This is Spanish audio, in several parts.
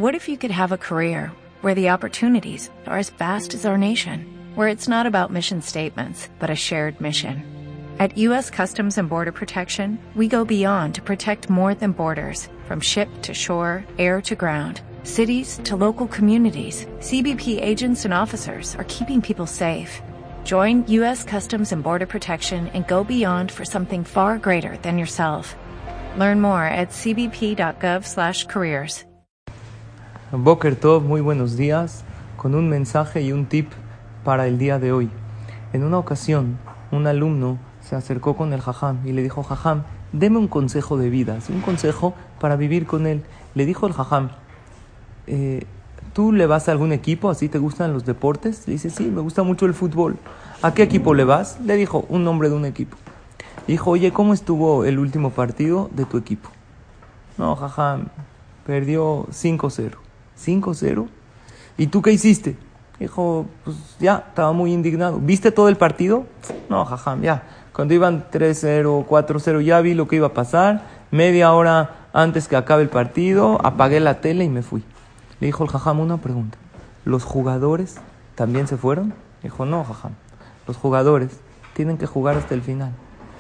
What if you could have a career where the opportunities are as vast as our nation, where it's not about mission statements, but a shared mission? At U.S. Customs and Border Protection, we go beyond to protect more than borders. From ship to shore, air to ground, cities to local communities, CBP agents and officers are keeping people safe. Join U.S. Customs and Border Protection and go beyond for something far greater than yourself. Learn more at cbp.gov/careers. Boker Tov, muy buenos días, con un mensaje y un tip para el día de hoy. En una ocasión, un alumno se acercó con el Jajam y le dijo: Jajam, deme un consejo de vida, un consejo para vivir con él. Le dijo el Jajam: ¿tú le vas a algún equipo? ¿Así te gustan los deportes? Le dice: sí, me gusta mucho el fútbol. ¿A qué equipo le vas? Le dijo un nombre de un equipo. Dijo: oye, ¿cómo estuvo el último partido de tu equipo? No, Jajam, perdió 5-0. ¿5-0? ¿Y tú qué hiciste? Dijo: pues ya, estaba muy indignado. ¿Viste todo el partido? No, Jajam, ya. Cuando iban 3-0, 4-0, ya vi lo que iba a pasar. Media hora antes que acabe el partido, apagué la tele y me fui. Le dijo el Jajam: una pregunta. ¿Los jugadores también se fueron? Dijo: no, Jajam. Los jugadores tienen que jugar hasta el final.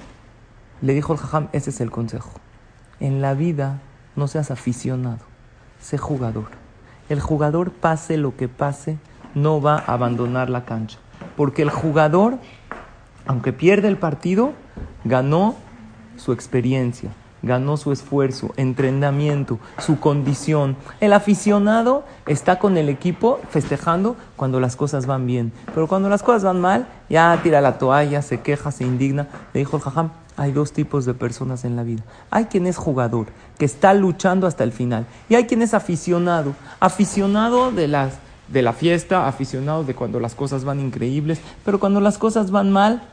Le dijo el Jajam: ese es el consejo. En la vida no seas aficionado, sé jugador. El jugador, pase lo que pase, no va a abandonar la cancha. Porque el jugador, aunque pierde el partido, ganó su experiencia, ganó su esfuerzo, entrenamiento, su condición. El aficionado está con el equipo festejando cuando las cosas van bien. Pero cuando las cosas van mal, ya tira la toalla, se queja, se indigna. Le dijo el Jajam: hay dos tipos de personas en la vida. Hay quien es jugador, que está luchando hasta el final. Y hay quien es aficionado. Aficionado de la fiesta, aficionado de cuando las cosas van increíbles. Pero cuando las cosas van mal,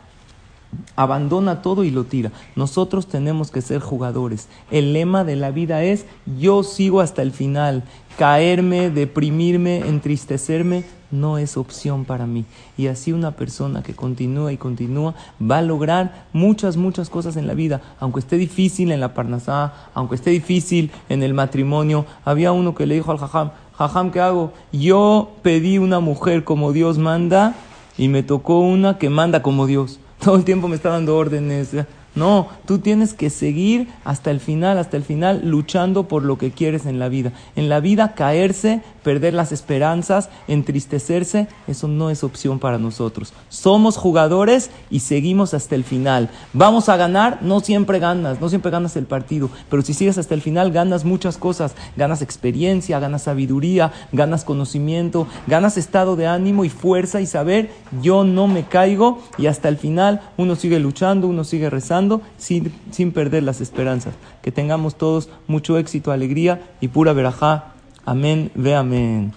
abandona todo y lo tira. Nosotros tenemos que ser jugadores. El lema de la vida es: yo sigo hasta el final. Caerme, deprimirme, entristecerme no es opción para mí. Y así una persona que continúa y continúa va a lograr muchas cosas en la vida. Aunque esté difícil en la parnasá, aunque esté difícil en el matrimonio. Había uno que le dijo al Jajam: Jajam, ¿qué hago? Yo pedí una mujer como Dios manda y me tocó una que manda como Dios. Todo el tiempo me está dando órdenes. No, tú tienes que seguir hasta el final, luchando por lo que quieres en la vida. En la vida, caerse, perder las esperanzas, entristecerse, eso no es opción para nosotros. Somos jugadores y seguimos hasta el final. Vamos a ganar, no siempre ganas el partido, pero si sigues hasta el final, ganas muchas cosas. Ganas experiencia, ganas sabiduría, ganas conocimiento, ganas estado de ánimo y fuerza y saber: yo no me caigo, y hasta el final uno sigue luchando, uno sigue rezando, sin perder las esperanzas. Que tengamos todos mucho éxito, alegría y pura verajá. Amén, ve amén.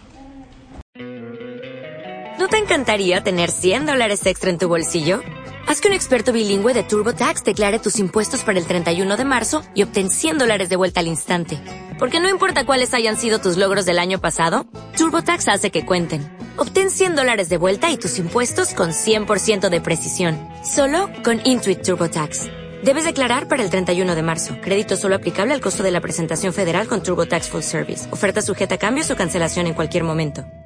¿No te encantaría tener $100 extra en tu bolsillo? Haz que un experto bilingüe de TurboTax declare tus impuestos para el 31 de marzo y obtén $100 de vuelta al instante. Porque no importa cuáles hayan sido tus logros del año pasado, TurboTax hace que cuenten. Obtén $100 de vuelta y tus impuestos con 100% de precisión. Solo con Intuit TurboTax. Debes declarar para el 31 de marzo. Crédito solo aplicable al costo de la presentación federal con TurboTax Full Service. Oferta sujeta a cambios o cancelación en cualquier momento.